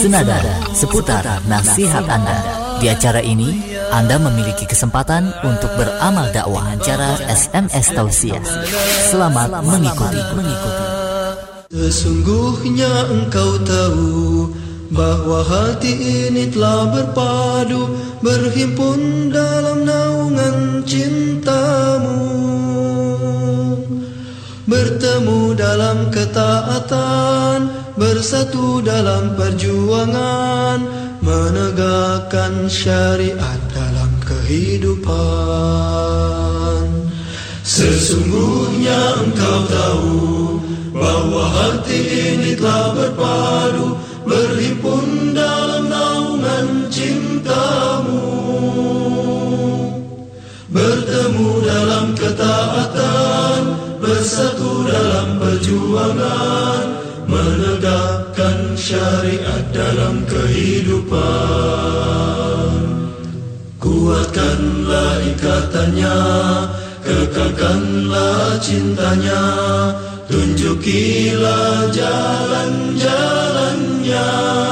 Senada seputar nasihat Anda. Di acara ini, Anda memiliki kesempatan untuk beramal dakwah cara SMS Tausiah. Selamat mengikuti. Sesungguhnya engkau tahu bahwa hati ini telah berpadu, berhimpun dalam naungan cintamu, bertemu dalam ketaatan, bersatu dalam perjuangan, menegakkan syariat dalam kehidupan. Sesungguhnya engkau tahu bahwa hati ini telah berpadu, berhimpun dalam naungan cintamu, bertemu dalam ketaatan, bersatu dalam perjuangan, menegakkan syariat dalam kehidupan. Kuatkanlah ikatannya, kekalkanlah cintanya, tunjukilah jalan-jalannya,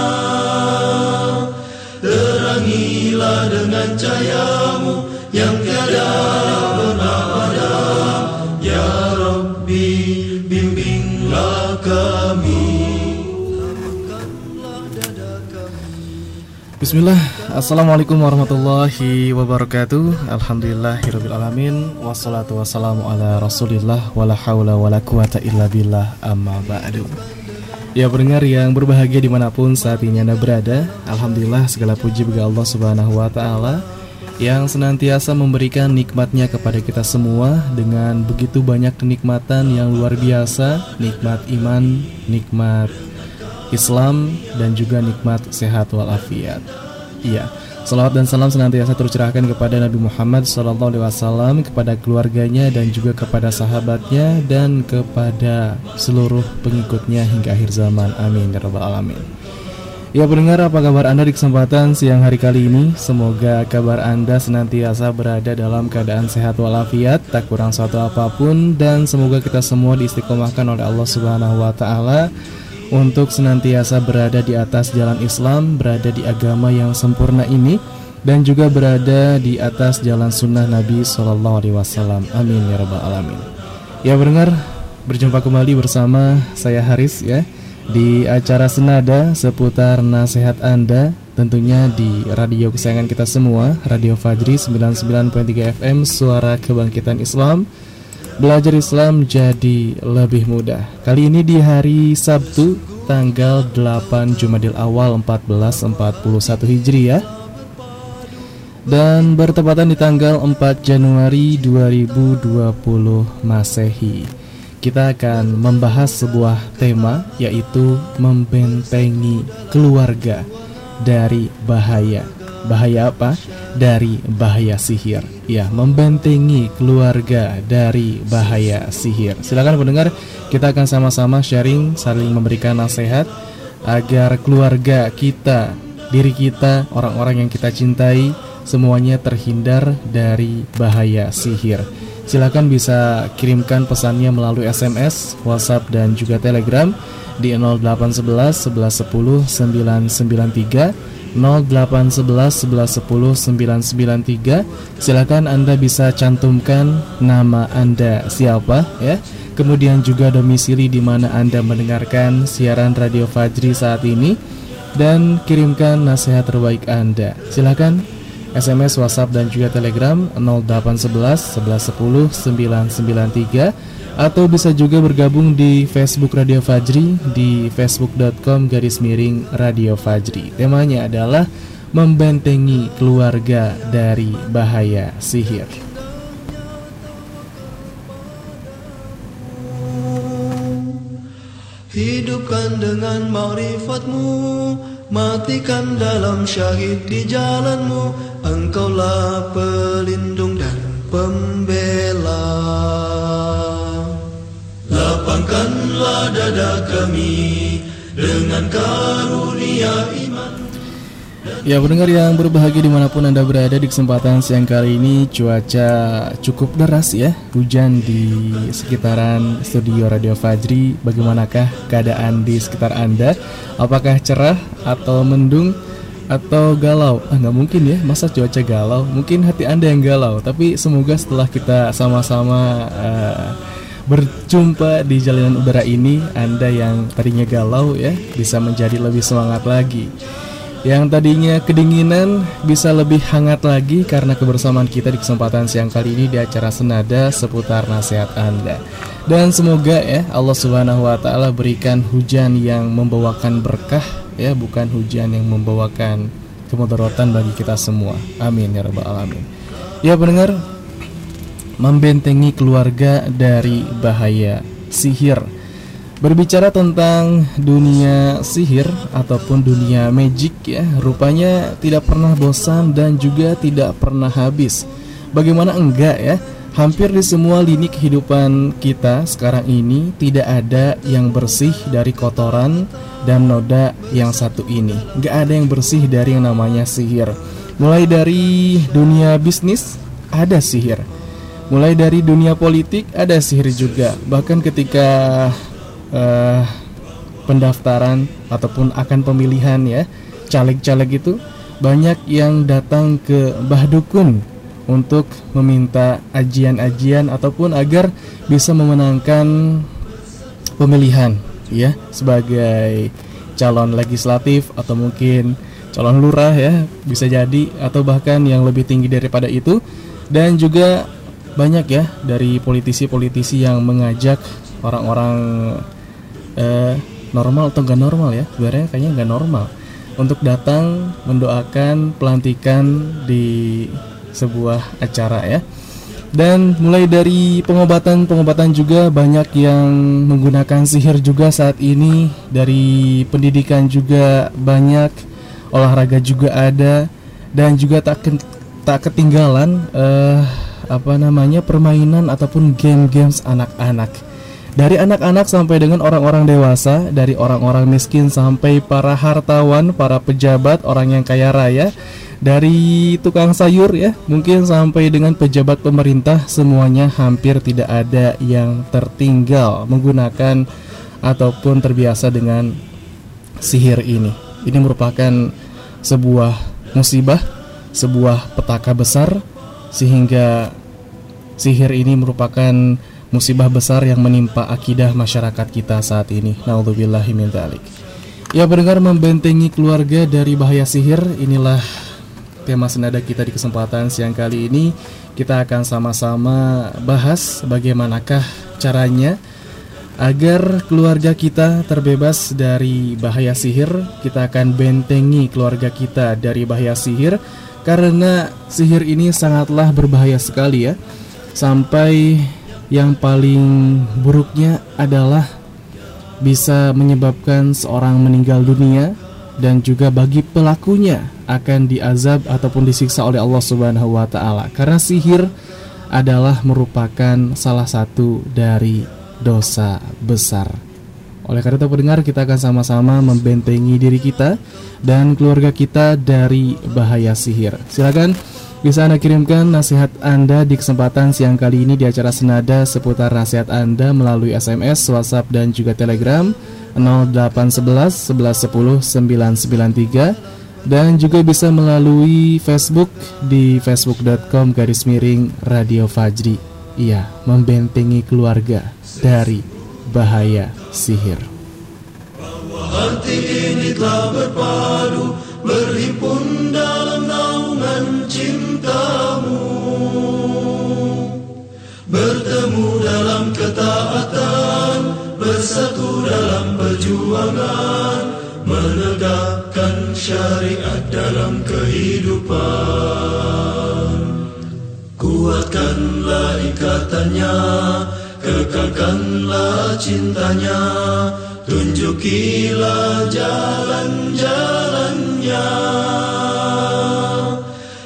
terangilah dengan cahayamu yang tiada padam. Ya Rabbi, bimbinglah kami. Bismillah, Assalamualaikum warahmatullahi wabarakatuh. Alhamdulillahirabbil alamin, wassalatu wassalamu ala Rasulillah, wala haula wala quwata illa billah, amma ba'du. Ya pendengar yang berbahagia dimanapun saat ini Anda berada, alhamdulillah segala puji bagi Allah subhanahu wa ta'ala yang senantiasa memberikan nikmatnya kepada kita semua dengan begitu banyak kenikmatan yang luar biasa, nikmat iman, nikmat Islam, dan juga nikmat sehat walafiat. Iya, salawat dan salam senantiasa tercurahkan kepada Nabi Muhammad SAW, kepada keluarganya dan juga kepada sahabatnya dan kepada seluruh pengikutnya hingga akhir zaman. Amin ya rabbal alamin. Ya pendengar, apa kabar Anda di kesempatan siang hari kali ini? Semoga kabar Anda senantiasa berada dalam keadaan sehat walafiat, tak kurang suatu apapun, dan semoga kita semua diistiqomahkan oleh Allah Subhanahu wa taala untuk senantiasa berada di atas jalan Islam, berada di agama yang sempurna ini, dan juga berada di atas jalan sunnah Nabi SAW. Amin ya rabbal alamin. Ya pendengar, berjumpa kembali bersama saya Haris ya di acara Senada seputar nasihat Anda, tentunya di radio kesayangan kita semua, Radio Fajri 99.3 FM, Suara Kebangkitan Islam. Belajar Islam jadi lebih mudah. Kali ini di hari Sabtu tanggal 8 Jumadil Awal 1441 Hijriah, dan bertepatan di tanggal 4 Januari 2020 Masehi. Kita akan membahas sebuah tema, yaitu membentengi keluarga dari bahaya. Bahaya apa? Dari bahaya sihir. Ya, membentengi keluarga dari bahaya sihir. Silakan pendengar, kita akan sama-sama sharing, saling memberikan nasihat agar keluarga kita, diri kita, orang-orang yang kita cintai, semuanya terhindar dari bahaya sihir. Silakan bisa kirimkan pesannya melalui SMS, WhatsApp, dan juga Telegram di 0811 1110 993, 0811 1110 993. Silakan Anda bisa cantumkan nama Anda siapa ya, kemudian juga domisili di mana Anda mendengarkan siaran Radio Fajri saat ini, dan kirimkan nasihat terbaik Anda. Silakan SMS, WhatsApp, dan juga Telegram 0811 1110 993, atau bisa juga bergabung di Facebook Radio Fajri di facebook.com/Radio Fajri. Temanya adalah membentengi keluarga dari bahaya sihir. Hidupkan dengan ma'rifatmu, matikan dalam syahid di jalanmu. Engkaulah pelindung dan pembela. Lapangkanlah dada kami dengan karunia iman. Ya, pendengar yang berbahagia dimanapun Anda berada, di kesempatan siang kali ini cuaca cukup deras ya, hujan di sekitaran studio Radio Fajri. Bagaimanakah keadaan di sekitar Anda? Apakah cerah atau mendung atau galau? Nggak mungkin ya, masa cuaca galau? Mungkin hati Anda yang galau. Tapi semoga setelah kita sama-sama berjumpa di jalanan udara ini, Anda yang tadinya galau ya bisa menjadi lebih semangat lagi. Yang tadinya kedinginan bisa lebih hangat lagi karena kebersamaan kita di kesempatan siang kali ini di acara Senada seputar nasihat Anda. Dan semoga ya Allah Subhanahu wa taala berikan hujan yang membawakan berkah ya, bukan hujan yang membawakan kemudaratan bagi kita semua. Amin ya rabbal alamin. Ya pendengar, membentengi keluarga dari bahaya sihir. Berbicara tentang dunia sihir ataupun dunia magic ya, rupanya tidak pernah bosan dan juga tidak pernah habis. Bagaimana enggak ya, hampir di semua lini kehidupan kita sekarang ini tidak ada yang bersih dari kotoran dan noda yang satu ini. Enggak ada yang bersih dari yang namanya sihir. Mulai dari dunia bisnis ada sihir, mulai dari dunia politik ada sihir juga. Bahkan ketika pendaftaran ataupun akan pemilihan ya, caleg-caleg itu banyak yang datang ke Mbah Dukun untuk meminta ajian-ajian ataupun agar bisa memenangkan pemilihan ya sebagai calon legislatif atau mungkin calon lurah ya, bisa jadi, atau bahkan yang lebih tinggi daripada itu. Dan juga banyak ya dari politisi-politisi yang mengajak orang-orang normal atau gak normal ya, sebenarnya kayaknya gak normal, untuk datang mendoakan pelantikan di sebuah acara ya. Dan mulai dari pengobatan juga banyak yang menggunakan sihir juga saat ini. Dari pendidikan juga banyak, olahraga juga ada, dan juga tak ketinggalan permainan ataupun game-games anak-anak. Dari anak-anak sampai dengan orang-orang dewasa, dari orang-orang miskin sampai para hartawan, para pejabat, orang yang kaya raya, dari tukang sayur ya, mungkin sampai dengan pejabat pemerintah, semuanya hampir tidak ada yang tertinggal menggunakan ataupun terbiasa dengan sihir ini. Ini merupakan sebuah musibah, sebuah petaka besar, sehingga sihir ini merupakan musibah besar yang menimpa akidah masyarakat kita saat ini. Naudzubillahi min dzalik. Ya pendengar, membentengi keluarga dari bahaya sihir, inilah tema senada kita di kesempatan siang kali ini. Kita akan sama-sama bahas bagaimanakah caranya agar keluarga kita terbebas dari bahaya sihir. Kita akan bentengi keluarga kita dari bahaya sihir, karena sihir ini sangatlah berbahaya sekali ya. Sampai yang paling buruknya adalah bisa menyebabkan seorang meninggal dunia, dan juga bagi pelakunya akan diazab ataupun disiksa oleh Allah Subhanahu wa taala. Karena sihir adalah merupakan salah satu dari dosa besar. Oleh karena itu pendengar, kita akan sama-sama membentengi diri kita dan keluarga kita dari bahaya sihir. Silakan bisa Anda kirimkan nasihat Anda di kesempatan siang kali ini di acara Senada seputar nasihat Anda melalui SMS, WhatsApp, dan juga Telegram 0811 1110 993, dan juga bisa melalui Facebook di facebook.com/Radio Fajri. Iya, membentengi keluarga dari bahaya sihir. Hati ini telah berpadu, berhimpun dalam naungan cintamu, bertemu dalam ketaatan, bersatu dalam perjuangan, menegakkan syariat dalam kehidupan. Kuatkanlah ikatannya, kekalkanlah cintanya, tunjukilah jalan-jalannya,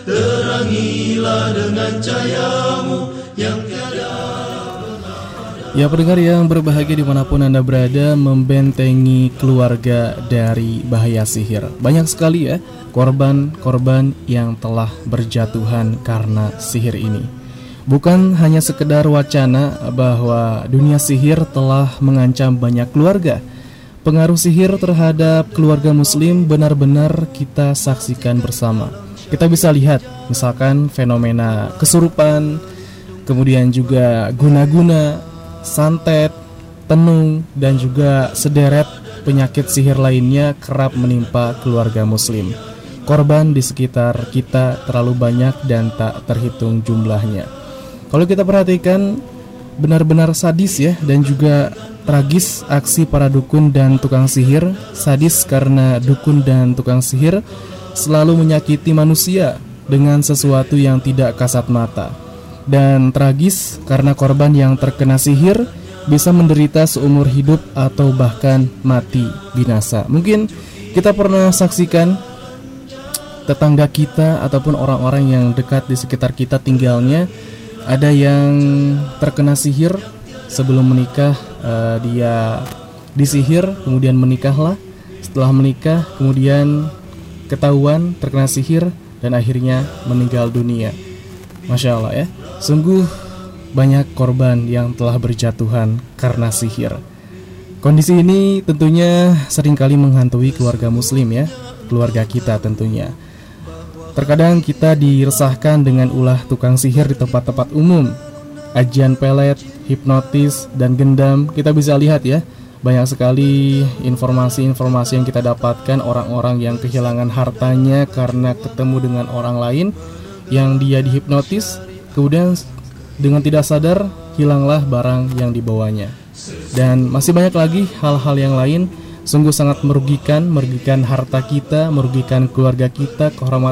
terangilah dengan cahayamu yang tiada. Ya, pendengar yang berbahagia dimanapun Anda berada, membentengi keluarga dari bahaya sihir. Banyak sekali ya korban-korban yang telah berjatuhan karena sihir ini. Bukan hanya sekedar wacana bahwa dunia sihir telah mengancam banyak keluarga. Pengaruh sihir terhadap keluarga muslim benar-benar kita saksikan bersama. Kita bisa lihat misalkan fenomena kesurupan, kemudian juga guna-guna, santet, tenung, dan juga sederet penyakit sihir lainnya kerap menimpa keluarga muslim. Korban di sekitar kita terlalu banyak dan tak terhitung jumlahnya. Kalau kita perhatikan, benar-benar sadis ya, dan juga tragis aksi para dukun dan tukang sihir. Sadis karena dukun dan tukang sihir selalu menyakiti manusia dengan sesuatu yang tidak kasat mata. Dan tragis karena korban yang terkena sihir bisa menderita seumur hidup atau bahkan mati binasa. Mungkin kita pernah saksikan tetangga kita ataupun orang-orang yang dekat di sekitar kita tinggalnya, ada yang terkena sihir sebelum menikah. Dia disihir kemudian menikahlah. Setelah menikah kemudian ketahuan terkena sihir dan akhirnya meninggal dunia. Masya Allah ya, sungguh banyak korban yang telah berjatuhan karena sihir. Kondisi ini tentunya seringkali menghantui keluarga muslim ya, keluarga kita tentunya. Terkadang kita diresahkan dengan ulah tukang sihir di tempat-tempat umum, ajian pelet, hipnotis, dan gendam. Kita bisa lihat ya, banyak sekali informasi-informasi yang kita dapatkan, orang-orang yang kehilangan hartanya karena ketemu dengan orang lain yang dia dihipnotis, kemudian dengan tidak sadar hilanglah barang yang dibawanya. Dan masih banyak lagi hal-hal yang lain, sungguh sangat merugikan harta kita, merugikan keluarga kita,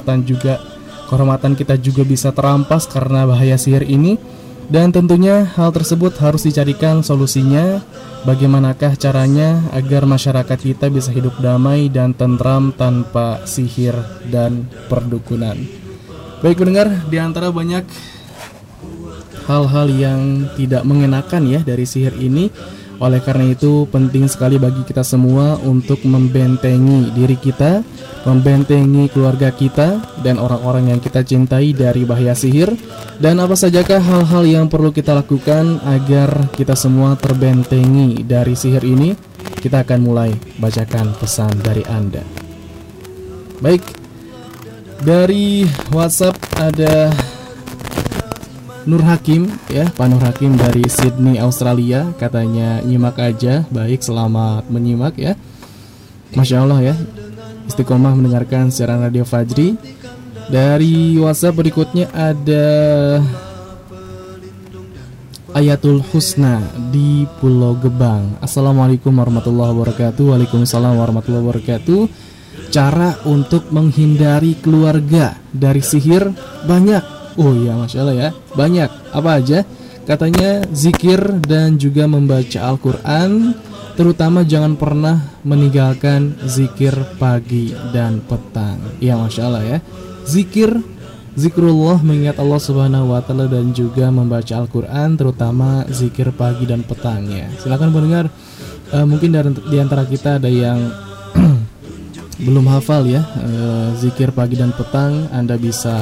kehormatan kita juga bisa terampas karena bahaya sihir ini. Dan tentunya hal tersebut harus dicarikan solusinya. Bagaimanakah caranya agar masyarakat kita bisa hidup damai dan tentram tanpa sihir dan perdukunan. Baik pendengar, di antara banyak hal-hal yang tidak mengenakan ya dari sihir ini, oleh karena itu penting sekali bagi kita semua untuk membentengi diri kita, membentengi keluarga kita dan orang-orang yang kita cintai dari bahaya sihir. Dan apa sajakah hal-hal yang perlu kita lakukan agar kita semua terbentengi dari sihir ini? Kita akan mulai bacakan pesan dari Anda. Baik, dari WhatsApp ada Nur Hakim ya, Pak Nur Hakim dari Sydney, Australia. Katanya nyimak aja. Baik, selamat menyimak ya. Masya Allah ya, istiqomah mendengarkan siaran Radio Fajri. Dari WhatsApp berikutnya ada Ayatul Husna di Pulau Gebang. Assalamualaikum warahmatullahi wabarakatuh. Waalaikumsalam warahmatullahi wabarakatuh. Cara untuk menghindari keluarga dari sihir banyak. Oh ya, Masya Allah ya, banyak. Apa aja? Katanya zikir dan juga membaca Al-Quran. Terutama jangan pernah meninggalkan zikir pagi dan petang. Ya Masya Allah ya, zikrullah, mengingat Allah Subhanahu wa Ta'ala, dan juga membaca Al-Quran, terutama zikir pagi dan petangnya. Silakan mendengar, mungkin di antara kita ada yang belum hafal ya zikir pagi dan petang. Anda bisa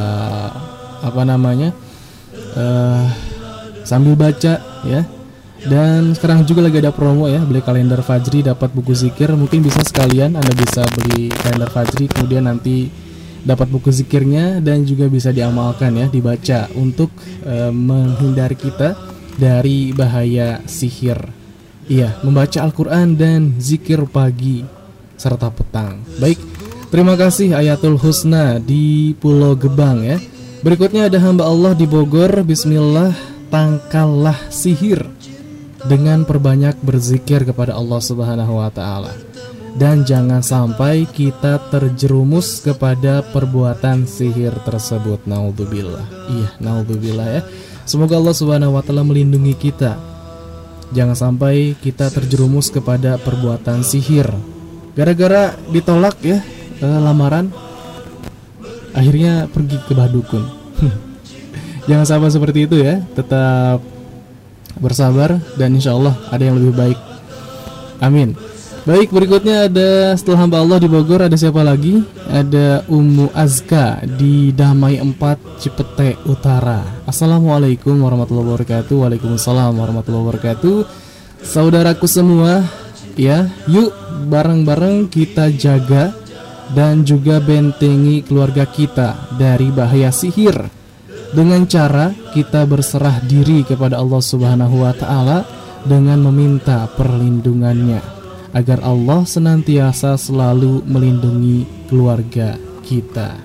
sambil baca ya. Dan sekarang juga lagi ada promo ya, beli kalender Fajri dapat buku zikir. Mungkin bisa sekalian Anda bisa beli kalender Fajri, kemudian nanti dapat buku zikirnya dan juga bisa diamalkan ya, dibaca untuk menghindari kita dari bahaya sihir. Iya, membaca Al-Quran dan zikir pagi serta petang. Baik, terima kasih Ayatul Husna di Pulau Gebang ya. Berikutnya ada hamba Allah di Bogor. Bismillah, tangkallah sihir dengan perbanyak berzikir kepada Allah Subhanahu wa Ta'ala. Dan jangan sampai kita terjerumus kepada perbuatan sihir tersebut. Naudzubillah. Iya, naudzubillah ya. Semoga Allah Subhanahu wa Ta'ala melindungi kita. Jangan sampai kita terjerumus kepada perbuatan sihir. Gara-gara ditolak ya lamaran, akhirnya pergi ke badukun. Jangan sampai seperti itu ya. Tetap bersabar, dan insya Allah ada yang lebih baik. Amin. Baik, berikutnya ada setelah hamba Allah di Bogor, ada siapa lagi? Ada Ummu Azka di Damai 4 Cipete Utara. Assalamualaikum warahmatullahi wabarakatuh. Waalaikumsalam warahmatullahi wabarakatuh. Saudaraku semua, ya, yuk bareng-bareng kita jaga dan juga bentengi keluarga kita dari bahaya sihir dengan cara kita berserah diri kepada Allah Subhanahu wa taala dengan meminta perlindungannya, agar Allah senantiasa selalu melindungi keluarga kita.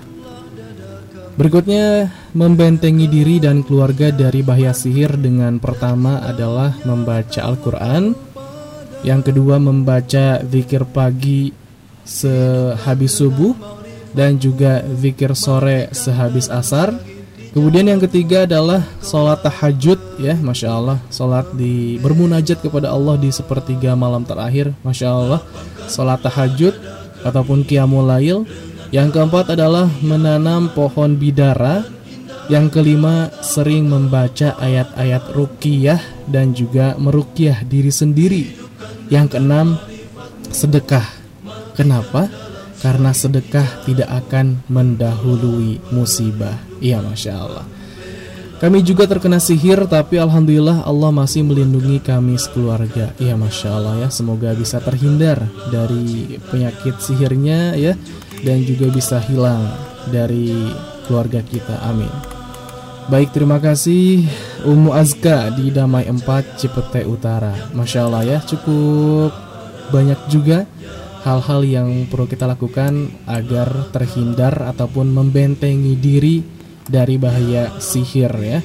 Berikutnya, membentengi diri dan keluarga dari bahaya sihir dengan pertama adalah membaca Al-Quran. Yang kedua, membaca zikir pagi sehabis subuh dan juga zikir sore sehabis asar. Kemudian yang ketiga adalah sholat tahajud, ya, Masya Allah, sholat bermunajat kepada Allah di sepertiga malam terakhir, Masya Allah, sholat tahajud ataupun qiyamul lail. Yang keempat adalah menanam pohon bidara. Yang kelima, sering membaca ayat-ayat ruqyah dan juga meruqyah diri sendiri. Yang keenam, sedekah. Kenapa? Karena sedekah tidak akan mendahului musibah. Iya, Masya Allah. Kami juga terkena sihir, tapi Alhamdulillah Allah masih melindungi kami sekeluarga. Iya, Masya Allah ya. Semoga bisa terhindar dari penyakit sihirnya ya, dan juga bisa hilang dari keluarga kita. Amin. Baik, terima kasih Ummu Azka di Damai 4 Cipete Utara. Masya Allah ya, cukup banyak juga hal-hal yang perlu kita lakukan agar terhindar ataupun membentengi diri dari bahaya sihir ya.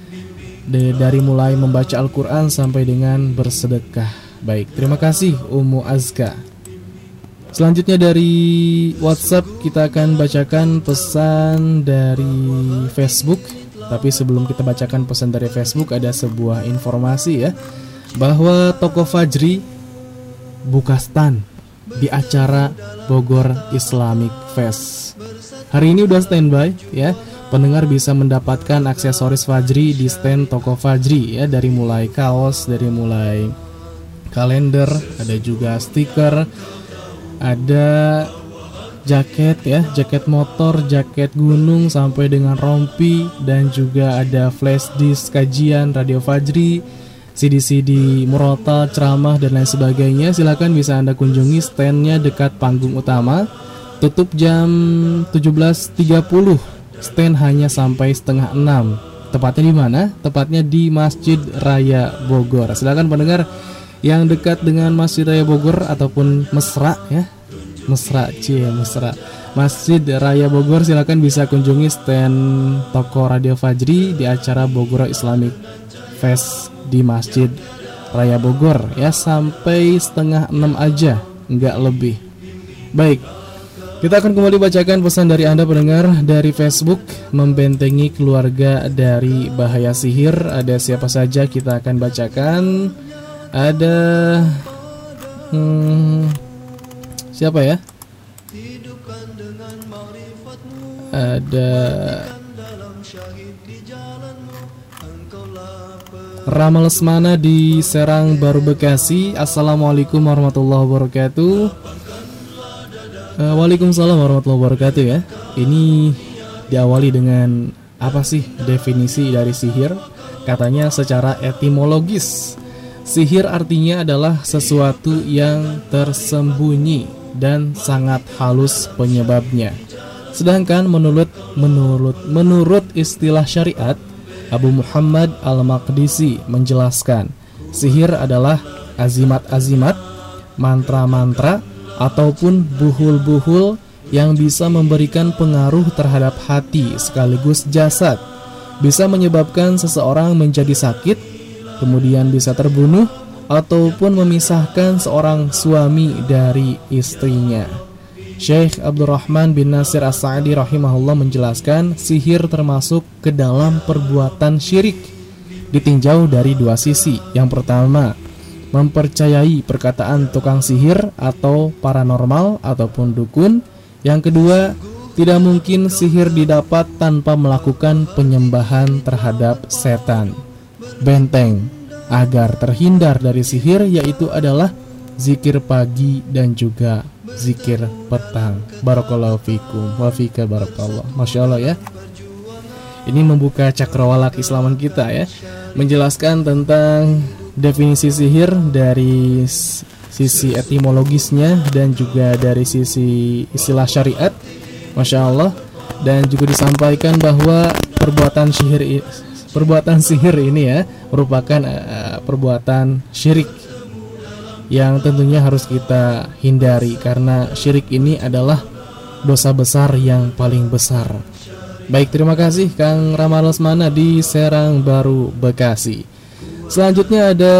Dari mulai membaca Al-Quran sampai dengan bersedekah. Baik, terima kasih Ummu Azka. Selanjutnya dari WhatsApp kita akan bacakan pesan dari Facebook. Tapi sebelum kita bacakan pesan dari Facebook, ada sebuah informasi ya, bahwa Toko Fajri buka stand di acara Bogor Islamic Fest. Hari ini udah standby ya. Pendengar bisa mendapatkan aksesoris Fajri di stand Toko Fajri ya, dari mulai kaos, dari mulai kalender, ada juga stiker, ada jaket ya, jaket motor, jaket gunung sampai dengan rompi, dan juga ada flash disk kajian Radio Fajri, CD-CD murotal, ceramah dan lain sebagainya. Silakan bisa Anda kunjungi standnya dekat panggung utama. Tutup jam 17.30. Stand hanya sampai setengah 6. Tepatnya di mana? Tepatnya di Masjid Raya Bogor. Silakan pendengar yang dekat dengan Masjid Raya Bogor ataupun Mesra ya. Mesra. Masjid Raya Bogor, silakan bisa kunjungi stand Toko Radio Fajri di acara Bogor Islamic Fest di Masjid Raya Bogor ya, sampai setengah 6 aja, nggak lebih. Baik, kita akan kembali bacakan pesan dari Anda pendengar dari Facebook, membentengi keluarga dari bahaya sihir. Ada siapa saja kita akan bacakan. Ada siapa ya? Ada Rama Lesmana di Serang Baru Bekasi. Assalamualaikum warahmatullahi wabarakatuh. Waalaikumsalam warahmatullahi wabarakatuh ya. Ini diawali dengan apa sih definisi dari sihir? Katanya secara etimologis, sihir artinya adalah sesuatu yang tersembunyi dan sangat halus penyebabnya. Sedangkan menurut istilah syariat, Abu Muhammad Al-Maqdisi menjelaskan, sihir adalah azimat-azimat, mantra-mantra, ataupun buhul-buhul yang bisa memberikan pengaruh terhadap hati sekaligus jasad, bisa menyebabkan seseorang menjadi sakit, kemudian bisa terbunuh, ataupun memisahkan seorang suami dari istrinya. Syekh Abdurrahman bin Nasir As-Sa'di rahimahullah menjelaskan, sihir termasuk ke dalam perbuatan syirik, ditinjau dari dua sisi. Yang pertama, mempercayai perkataan tukang sihir atau paranormal ataupun dukun. Yang kedua, tidak mungkin sihir didapat tanpa melakukan penyembahan terhadap setan, benteng, agar terhindar dari sihir, yaitu adalah zikir pagi dan juga zikir petang. Barakallahu fikum wa fika barakallah. Masya Allah ya. Ini membuka cakrawala keislaman kita ya, menjelaskan tentang definisi sihir dari sisi etimologisnya dan juga dari sisi istilah syariat. Masya Allah. Dan juga disampaikan bahwa perbuatan sihir ini ya merupakan perbuatan syirik yang tentunya harus kita hindari, karena syirik ini adalah dosa besar yang paling besar. Baik, terima kasih Kang Rama Lesmana di Serang Baru, Bekasi. Selanjutnya ada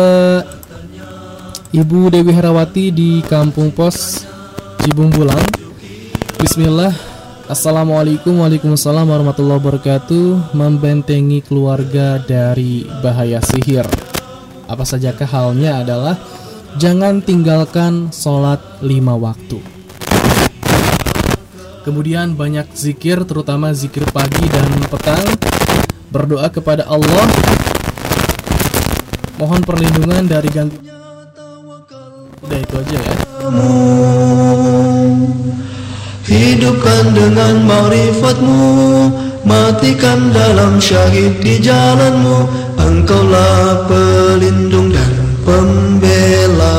Ibu Dewi Herawati di Kampung Pos, Cibung Bulang. Bismillah. Assalamualaikum, waalaikumsalam warahmatullahi wabarakatuh. Membentengi keluarga dari bahaya sihir. Apa sajakah halnya adalah jangan tinggalkan sholat 5 waktu. Kemudian banyak zikir, terutama zikir pagi dan petang. Berdoa kepada Allah, mohon perlindungan dari gangguan. Udah itu aja ya. Hidupkan dengan ma'rifatmu, matikan dalam syahid di jalanmu. Engkaulah pelindung dan pembela.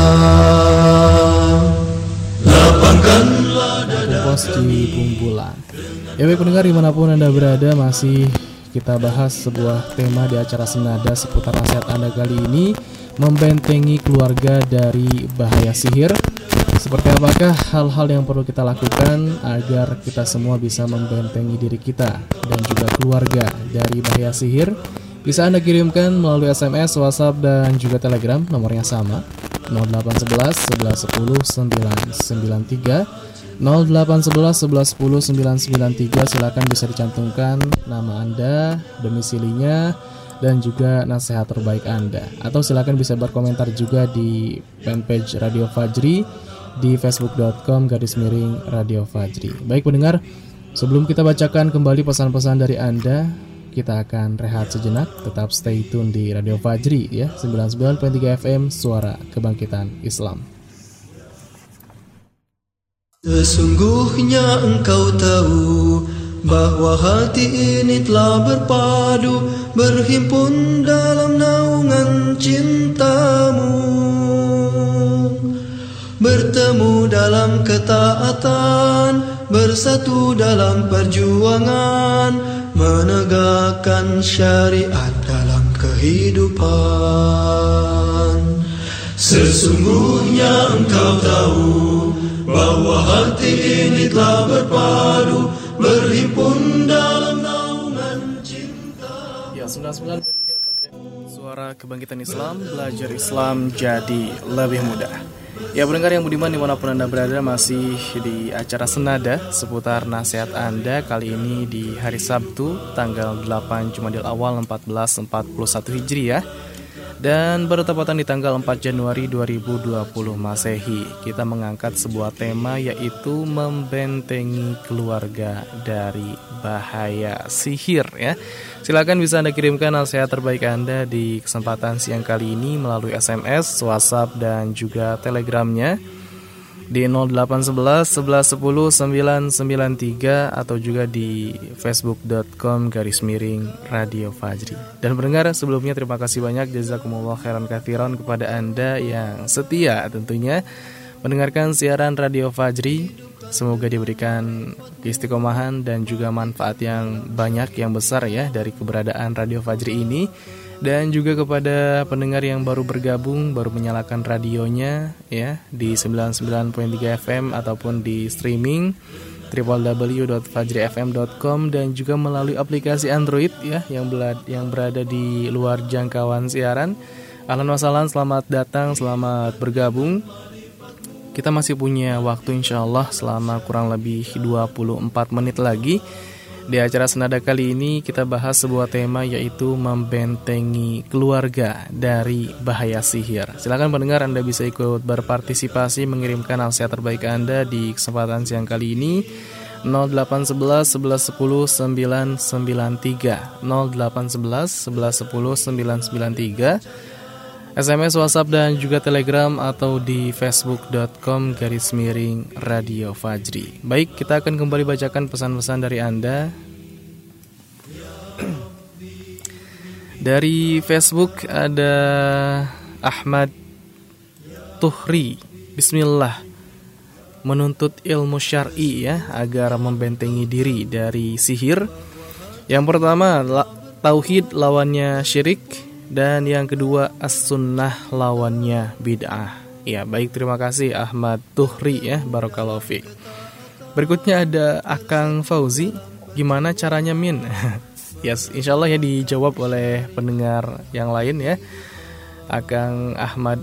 Lapangkanlah dada di Bumbulan. Ya baik pendengar dimanapun Anda berada, masih kita bahas sebuah tema di acara Senada seputar nasihat Anda kali ini, membentengi keluarga dari bahaya sihir. Seperti apakah hal-hal yang perlu kita lakukan agar kita semua bisa membentengi diri kita dan juga keluarga dari bahaya sihir? Bisa Anda kirimkan melalui SMS, WhatsApp, dan juga Telegram. Nomornya sama, 0811 11 10 993, 0811 11 10 993. Silakan bisa dicantumkan nama Anda, domisilinya, dan juga nasihat terbaik Anda. Atau silakan bisa berkomentar juga di fanpage Radio Fajri di facebook.com/Radio Fajri. Baik pendengar, sebelum kita bacakan kembali pesan-pesan dari Anda, kita akan rehat sejenak. Tetap stay tune di Radio Fajri ya, 99.3 FM Suara Kebangkitan Islam. Sesungguhnya engkau tahu bahwa hati ini telah berpadu, berhimpun dalam naungan cintamu, bertemu dalam ketaatan, bersatu dalam perjuangan, menegakkan syariat dalam kehidupan. Sesungguhnya engkau tahu bahwa hati ini telah berpadu, berhimpun dalam naungan cinta. Ya, 99.3 Suara Kebangkitan Islam, belajar Islam jadi lebih mudah. Ya pendengar yang budiman dimanapun Anda berada, masih di acara Senada seputar nasihat Anda. Kali ini di hari Sabtu tanggal 8 Jumadil Awal 1441 Hijriah, dan bertepatan di tanggal 4 Januari 2020 Masehi. Kita mengangkat sebuah tema, yaitu membentengi keluarga dari bahaya sihir ya. Silakan bisa Anda kirimkan nasihat terbaik Anda di kesempatan siang kali ini melalui SMS, WhatsApp, dan juga Telegramnya di 0811 11 10 993 atau juga di facebook.com/Radio Fajri. Dan pendengar, sebelumnya terima kasih banyak, jazakumullah khairan katsiran kepada Anda yang setia tentunya mendengarkan siaran Radio Fajri. Semoga diberikan keistiqomahan dan juga manfaat yang banyak, yang besar ya dari keberadaan Radio Fajri ini. Dan juga kepada pendengar yang baru bergabung, baru menyalakan radionya ya di 99.3 FM ataupun di streaming www.fajrifm.com, dan juga melalui aplikasi Android ya yang berada di luar jangkauan siaran. Ahlan wa sahlan, selamat datang, selamat bergabung. Kita masih punya waktu insyaallah selama kurang lebih 24 menit lagi. Di acara Senada kali ini kita bahas sebuah tema, yaitu membentengi keluarga dari bahaya sihir. Silakan pendengar, Anda bisa ikut berpartisipasi, mengirimkan nasihat terbaik Anda di kesempatan siang kali ini 0811 11 10 993, 0811 11 10 993. SMS, WhatsApp, dan juga Telegram atau di facebook.com/Radio Fajri. Baik, kita akan kembali bacakan pesan-pesan dari Anda. Dari Facebook ada Ahmad Tuhri. Bismillah, menuntut ilmu syar'i ya agar membentengi diri dari sihir. Yang pertama, tauhid lawannya syirik, dan yang kedua as-sunnah lawannya bid'ah. Ya, baik, terima kasih Ahmad Tuhri ya, barakallahu fiik. Berikutnya ada Akang Fauzi. Gimana caranya Min? Yes, insyaallah ya dijawab oleh pendengar yang lain ya. Akang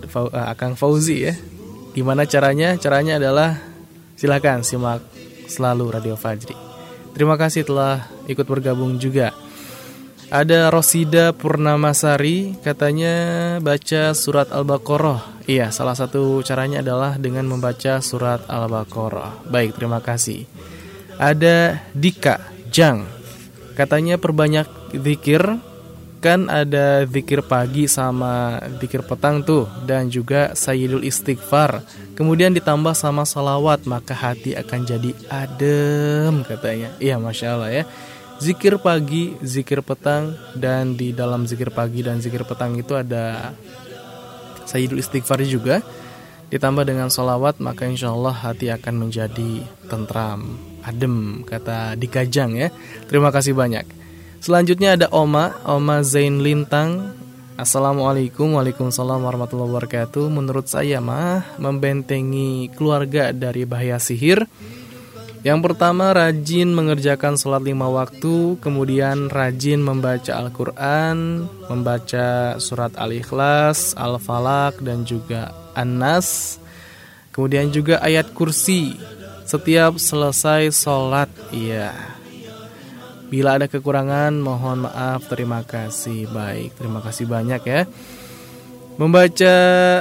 Fauzi ya. Gimana caranya? Caranya adalah silakan simak selalu Radio Fajri. Terima kasih telah ikut bergabung juga. Ada Rosida Purnamasari, katanya baca surat Al-Baqarah. Iya, salah satu caranya adalah dengan membaca surat Al-Baqarah. Baik, terima kasih. Ada Dika Jang, katanya perbanyak zikir. Kan ada zikir pagi sama zikir petang tuh, dan juga sayyidul istighfar. Kemudian ditambah sama salawat, maka hati akan jadi adem katanya. Iya, Masya Allah ya. Zikir pagi, zikir petang, dan di dalam zikir pagi dan zikir petang itu ada sayyidul istighfar juga. Ditambah dengan salawat, maka insya Allah hati akan menjadi tentram, adem, kata Dikajang ya. Terima kasih banyak. Selanjutnya ada Oma Zain Lintang. Assalamualaikum. Waalaikumsalam warahmatullahi wabarakatuh. Menurut saya membentengi keluarga dari bahaya sihir. Yang pertama, rajin mengerjakan sholat 5 waktu. Kemudian rajin membaca Al-Quran, membaca surat Al-Ikhlas, Al-Falaq, dan juga An-Nas. Kemudian juga ayat kursi setiap selesai sholat. Iya. Bila ada kekurangan, mohon maaf, terima kasih. Baik, terima kasih banyak ya. Membaca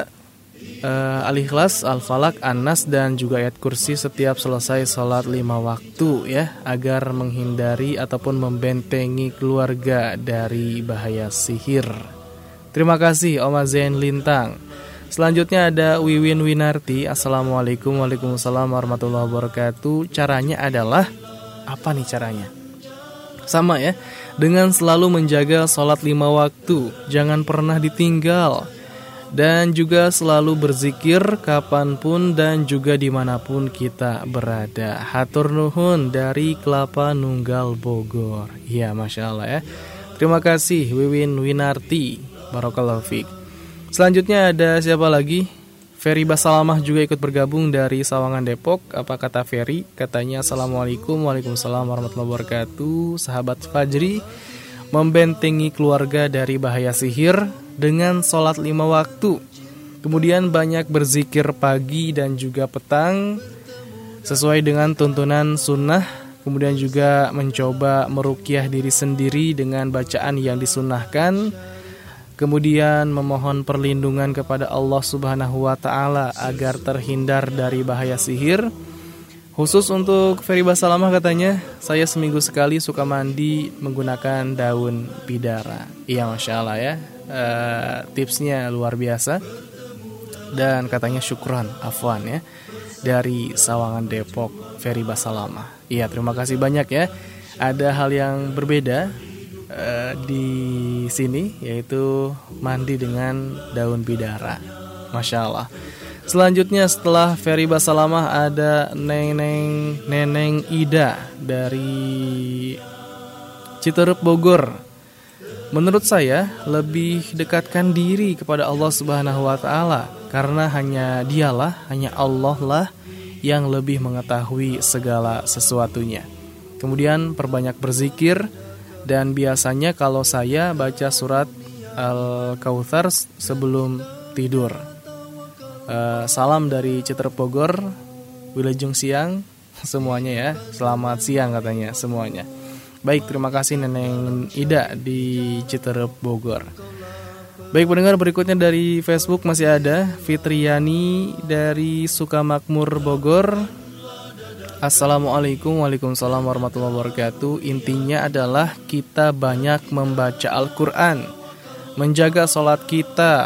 Al-Ikhlas, Al-Falaq, An-Nas, dan juga ayat kursi setiap selesai sholat 5 waktu ya, agar menghindari ataupun membentengi keluarga dari bahaya sihir. Terima kasih Oma Zain Lintang. Selanjutnya ada Wiwin Winarti. Assalamualaikum. Waalaikumsalam warahmatullahi wabarakatuh. Caranya adalah, apa nih caranya? Sama ya, dengan selalu menjaga sholat 5 waktu, jangan pernah ditinggal, dan juga selalu berzikir kapanpun dan juga dimanapun kita berada. Hatur nuhun dari Kelapa Nunggal Bogor. Ya, Masya Allah ya. Terima kasih Wiwin Winarti, barakallahu fiik. Selanjutnya ada siapa lagi? Ferry Basalamah juga ikut bergabung dari Sawangan, Depok. Apa kata Ferry? Katanya Assalamualaikum. Waalaikumsalam warahmatullahi wabarakatuh. Sahabat Fajri, membentengi keluarga dari bahaya sihir dengan sholat 5 waktu. Kemudian banyak berzikir pagi dan juga petang sesuai dengan tuntunan sunnah. Kemudian juga mencoba meruqyah diri sendiri dengan bacaan yang disunnahkan. Kemudian memohon perlindungan kepada Allah Subhanahu wa Ta'ala agar terhindar dari bahaya sihir. Khusus untuk Ferry Basalamah katanya, saya seminggu sekali suka mandi menggunakan daun bidara. Iya, Masya Allah ya. Tipsnya luar biasa. Dan katanya syukran, afwan ya, dari Sawangan, Depok, Ferry Basalamah. Iya, terima kasih banyak ya. Ada hal yang berbeda di sini, yaitu mandi dengan daun bidara. Masya Allah. Selanjutnya setelah Ferry Basalamah ada Neneng Ida dari Citerup, Bogor. Menurut saya lebih dekatkan diri kepada Allah Subhanahu wa Ta'ala, karena hanya Dialah, hanya Allah lah yang lebih mengetahui segala sesuatunya. Kemudian perbanyak berzikir. Dan biasanya kalau saya baca surat Al-Kautsar sebelum tidur. Salam dari Citerup, Bogor. Wilujeng siang semuanya ya. Selamat siang katanya semuanya. Baik, terima kasih Neneng Ida di Citerup, Bogor. Baik, pendengar, berikutnya dari Facebook masih ada Fitriani dari Sukamakmur, Bogor. Assalamualaikum. Waalaikumsalam warahmatullahi wabarakatuh. Intinya adalah kita banyak membaca Al-Quran, menjaga sholat kita,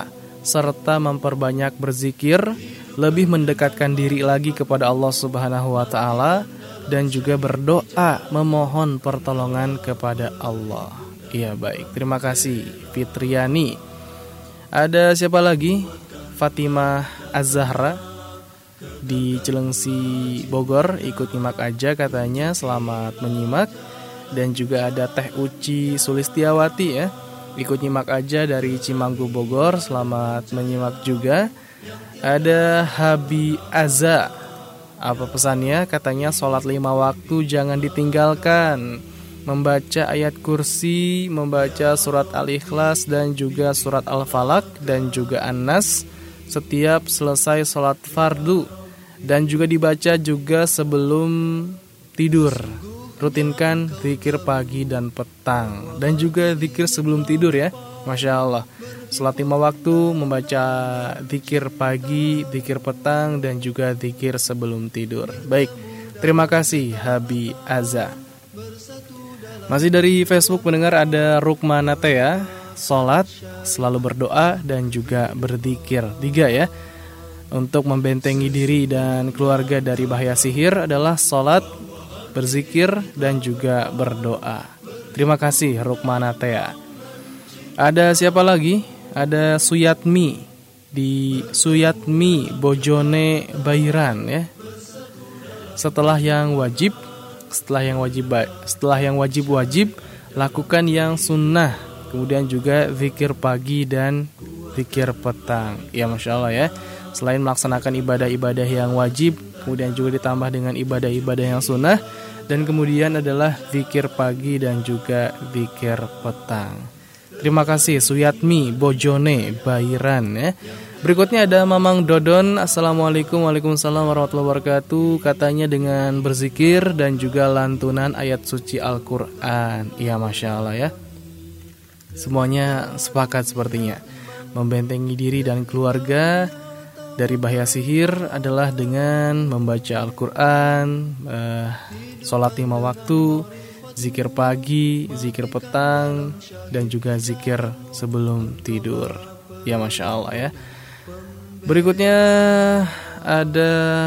serta memperbanyak berzikir, lebih mendekatkan diri lagi kepada Allah Subhanahu wa taala, dan juga berdoa memohon pertolongan kepada Allah. Iya, baik. Terima kasih Fitriani. Ada siapa lagi? Fatimah Az-Zahra di Cilengsi, Bogor, ikut nyimak aja katanya. Selamat menyimak. Dan juga ada Teh Uci Sulistiawati ya, ikut nyimak aja dari Cimanggu, Bogor. Selamat menyimak juga. Ada Habi Aza. Apa pesannya? Katanya sholat 5 waktu jangan ditinggalkan. Membaca ayat kursi, membaca surat Al-Ikhlas dan juga surat Al-Falaq dan juga An-Nas setiap selesai sholat fardu. Dan juga dibaca juga sebelum tidur. Rutinkan zikir pagi dan petang. Dan juga zikir sebelum tidur ya. Masya Allah. Sholat 5 waktu, membaca zikir pagi, zikir petang, dan juga zikir sebelum tidur. Baik, terima kasih Habi Aza. Masih dari Facebook pendengar ada Rukmanate ya. Sholat, selalu berdoa, dan juga berzikir. 3 ya. Untuk membentengi diri dan keluarga dari bahaya sihir adalah sholat, berzikir, dan juga berdoa. Terima kasih Rukmanate ya. Ada siapa lagi? Ada Suyatmi di Suyatmi Bojone Bairan ya. Setelah yang wajib lakukan yang sunnah. Kemudian juga zikir pagi dan zikir petang. Ya, Masya Allah ya. Selain melaksanakan ibadah-ibadah yang wajib, kemudian juga ditambah dengan ibadah-ibadah yang sunnah, dan kemudian adalah zikir pagi dan juga zikir petang. Terima kasih Suyatmi Bojone Bairan ya. Berikutnya ada Mamang Dodon. Assalamualaikum, waalaikumsalam warahmatullahi wabarakatuh. Katanya dengan berzikir dan juga lantunan ayat suci Al-Quran. Iya, Masya Allah ya. Semuanya sepakat sepertinya. Membentengi diri dan keluarga dari bahaya sihir adalah dengan membaca Al-Quran, sholat 5 waktu, zikir pagi, zikir petang, dan juga zikir sebelum tidur. Ya, Masya Allah ya. Berikutnya ada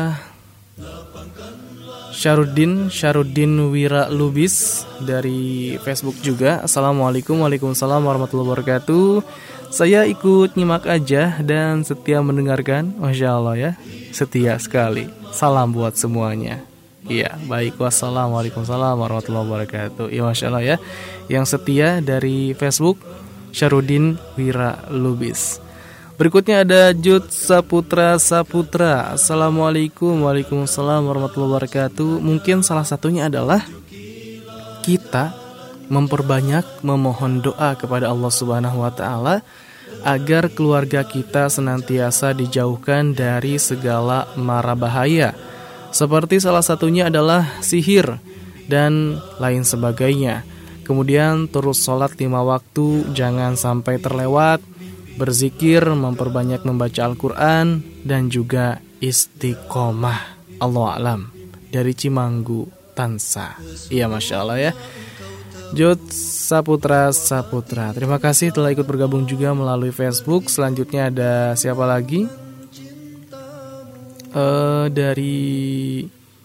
Syarudin Wira Lubis dari Facebook juga. Assalamualaikum, waalaikumsalam warahmatullahi wabarakatuh. Saya ikut nyimak aja dan setia mendengarkan. Masya Allah ya, setia sekali. Salam buat semuanya. Iya, baik. Wassalamualaikum warahmatullahi wabarakatuh. Ya, Masya Allah ya. Yang setia dari Facebook, Syarudin Wira Lubis. Berikutnya ada Jud Saputra. Assalamualaikum, waalaikumsalam warahmatullahi wabarakatuh. Mungkin salah satunya adalah kita memperbanyak memohon doa kepada Allah Subhanahu wa taala agar keluarga kita senantiasa dijauhkan dari segala mara bahaya. Seperti salah satunya adalah sihir dan lain sebagainya. Kemudian terus sholat 5 waktu, jangan sampai terlewat. Berzikir, memperbanyak membaca Al-Quran, dan juga istiqomah. Allahu a'lam. Dari Cimanggu, Tansa. Iya, Masya Allah ya. Jod Saputra. Terima kasih telah ikut bergabung juga melalui Facebook. Selanjutnya ada siapa lagi? Dari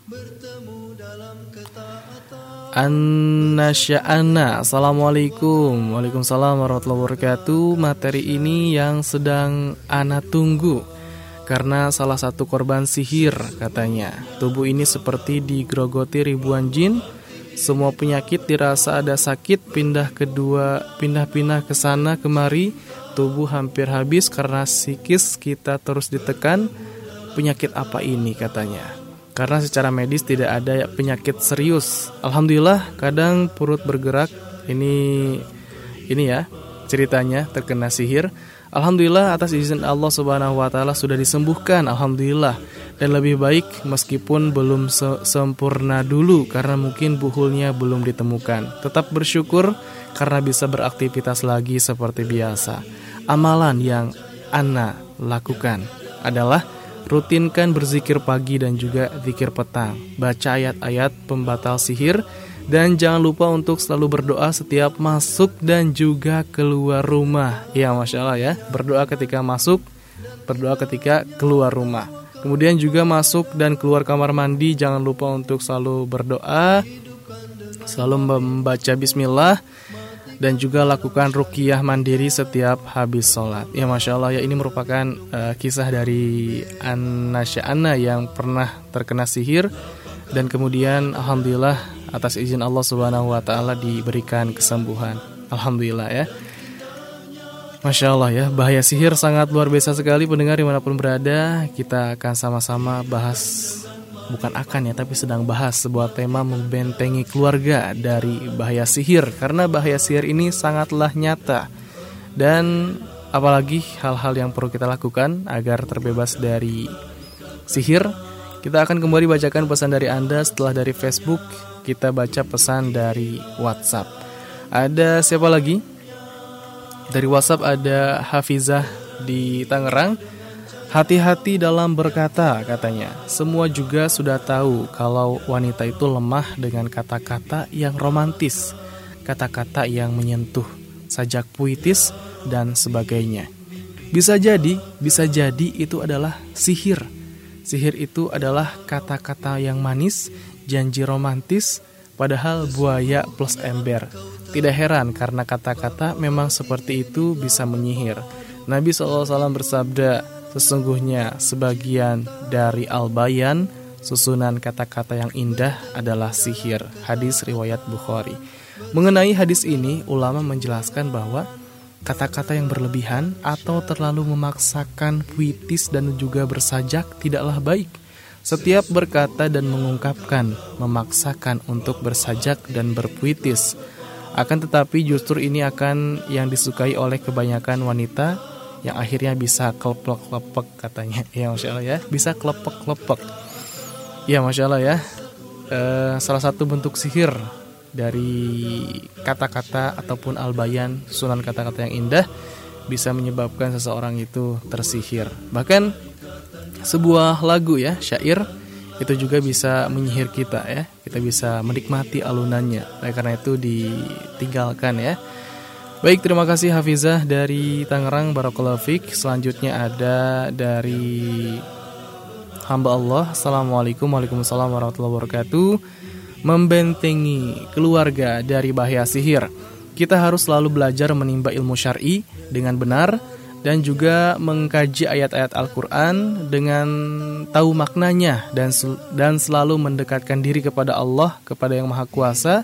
An-Nasya'ana. Assalamualaikum, waalaikumsalam warahmatullahi wabarakatuh. Materi ini yang sedang Ana tunggu karena salah satu korban sihir katanya. Tubuh ini seperti digerogoti ribuan jin. Semua penyakit dirasa ada sakit, pindah ke sana kemari. Tubuh hampir habis karena psikis kita terus ditekan. Penyakit apa ini katanya? Karena secara medis tidak ada penyakit serius. Alhamdulillah, kadang perut bergerak. Ini ya ceritanya terkena sihir. Alhamdulillah, atas izin Allah Subhanahu wa taala sudah disembuhkan. Alhamdulillah. Dan lebih baik meskipun belum sempurna dulu karena mungkin buhulnya belum ditemukan. Tetap bersyukur karena bisa beraktivitas lagi seperti biasa. Amalan yang Ana lakukan adalah rutinkan berzikir pagi dan juga zikir petang. Baca ayat-ayat pembatal sihir Dan jangan lupa untuk selalu berdoa setiap masuk dan juga keluar rumah. Ya, Masya Allah ya, berdoa ketika masuk, berdoa ketika keluar rumah. Kemudian juga masuk dan keluar kamar mandi, jangan lupa untuk selalu berdoa, selalu membaca bismillah, dan juga lakukan ruqyah mandiri setiap habis sholat. Ya, Masya Allah ya, ini merupakan kisah dari An-Nasya'ana yang pernah terkena sihir, dan kemudian alhamdulillah atas izin Allah Subhanahu wa taala diberikan kesembuhan. Alhamdulillah ya. Masya Allah ya, bahaya sihir sangat luar biasa sekali pendengar dimanapun berada. Kita akan sama-sama bahas, bukan akan ya, tapi sedang bahas sebuah tema membentengi keluarga dari bahaya sihir. Karena bahaya sihir ini sangatlah nyata. Dan apalagi hal-hal yang perlu kita lakukan agar terbebas dari sihir. Kita akan kembali bacakan pesan dari Anda. Setelah dari Facebook, kita baca pesan dari WhatsApp. Ada siapa lagi? Dari WhatsApp ada Hafizah di Tangerang. Hati-hati dalam berkata, katanya. Semua juga sudah tahu kalau wanita itu lemah dengan kata-kata yang romantis, kata-kata yang menyentuh, sajak puitis, dan sebagainya. Bisa jadi itu adalah sihir. Sihir itu adalah kata-kata yang manis, janji romantis, padahal buaya plus ember. Tidak heran karena kata-kata memang seperti itu bisa menyihir. Nabi SAW bersabda, sesungguhnya sebagian dari al-bayan, susunan kata-kata yang indah adalah sihir. Hadis riwayat Bukhari. Mengenai hadis ini, ulama menjelaskan bahwa kata-kata yang berlebihan atau terlalu memaksakan puitis dan juga bersajak tidaklah baik. Setiap berkata dan mengungkapkan memaksakan untuk bersajak dan berpuitis. Akan tetapi justru ini akan yang disukai oleh kebanyakan wanita yang akhirnya bisa klepek-klepek katanya. Ya, Masya Allah ya, bisa klepek-klepek. Ya, Masya Allah ya, salah satu bentuk sihir dari kata-kata ataupun al-bayan, susunan kata-kata yang indah, bisa menyebabkan seseorang itu tersihir. Bahkan sebuah lagu ya, syair, itu juga bisa menyihir kita ya. Kita bisa menikmati alunannya. Oleh karena itu ditinggalkan ya. Baik, terima kasih Hafizah dari Tangerang, barakallahu fiik. Selanjutnya ada dari hamba Allah. Assalamualaikum warahmatullahi wabarakatuh. Membentengi keluarga dari bahaya sihir. Kita harus selalu belajar menimba ilmu syar'i dengan benar dan juga mengkaji ayat-ayat Al-Quran dengan tahu maknanya dan selalu mendekatkan diri kepada Allah, kepada Yang Maha Kuasa.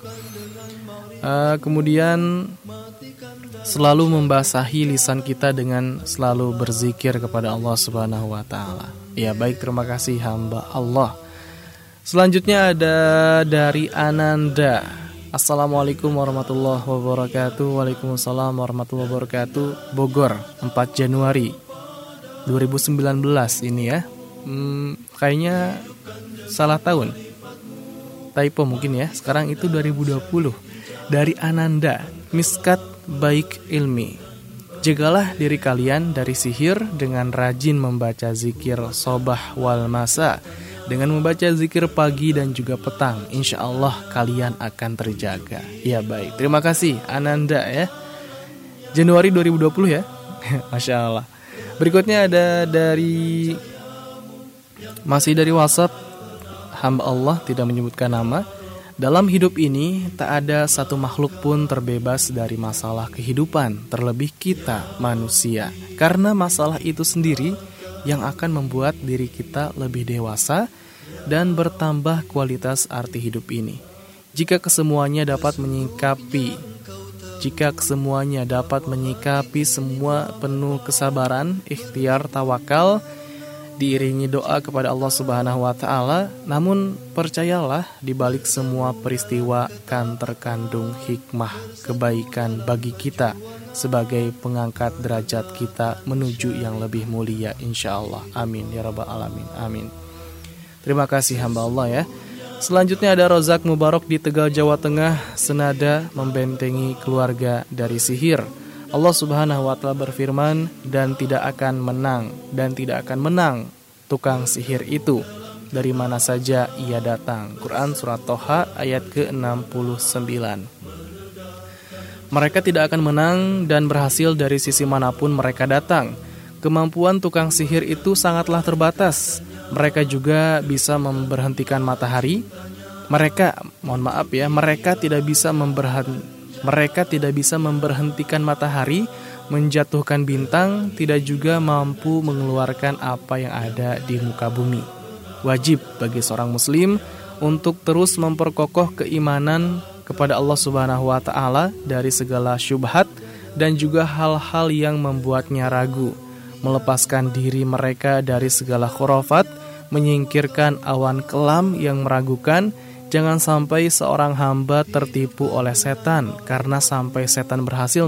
Kemudian selalu membasahi lisan kita dengan selalu berzikir kepada Allah Subhanahu wa taala. Ya, baik, terima kasih hamba Allah. Selanjutnya ada dari Ananda. Assalamualaikum warahmatullahi wabarakatuh. Waalaikumsalam warahmatullahi wabarakatuh. Bogor, 4 Januari 2019 ini ya. Kayaknya salah tahun, typo mungkin ya. Sekarang itu 2020. Dari Ananda, Miskat Baik Ilmi. Jagalah diri kalian dari sihir dengan rajin membaca zikir sobah wal masa. Dengan membaca zikir pagi dan juga petang, insya Allah kalian akan terjaga. Ya, baik, terima kasih Ananda ya. Januari 2020 ya. Masya Allah. Berikutnya ada masih dari WhatsApp, hamba Allah tidak menyebutkan nama. Dalam hidup ini tak ada satu makhluk pun terbebas dari masalah kehidupan, terlebih kita manusia. Karena masalah itu sendiri yang akan membuat diri kita lebih dewasa dan bertambah kualitas arti hidup ini. Jika kesemuanya dapat menyikapi semua penuh kesabaran, ikhtiar, tawakal, diiringi doa kepada Allah Subhanahu wa taala, namun percayalah di balik semua peristiwa kan terkandung hikmah kebaikan bagi kita sebagai pengangkat derajat kita menuju yang lebih mulia insyaallah. Amin ya rabbal alamin. Amin. Terima kasih hamba Allah ya. Selanjutnya ada Rozak Mubarak di Tegal, Jawa Tengah. Senada membentengi keluarga dari sihir. Allah Subhanahu wa taala berfirman, dan tidak akan menang tukang sihir itu. dari mana saja ia datang. Quran Surat Toha ayat ke-69. Mereka tidak akan menang dan berhasil dari sisi manapun mereka datang. Kemampuan tukang sihir itu sangatlah terbatas. Mereka juga bisa memberhentikan matahari. Mereka tidak bisa memberhentikan matahari, menjatuhkan bintang, tidak juga mampu mengeluarkan apa yang ada di muka bumi. Wajib bagi seorang muslim untuk terus memperkokoh keimanan kepada Allah Subhanahu wa taala dari segala syubhat dan juga hal-hal yang membuatnya ragu, melepaskan diri mereka dari segala khurafat, menyingkirkan awan kelam yang meragukan. Jangan sampai seorang hamba tertipu oleh setan, karena sampai setan berhasil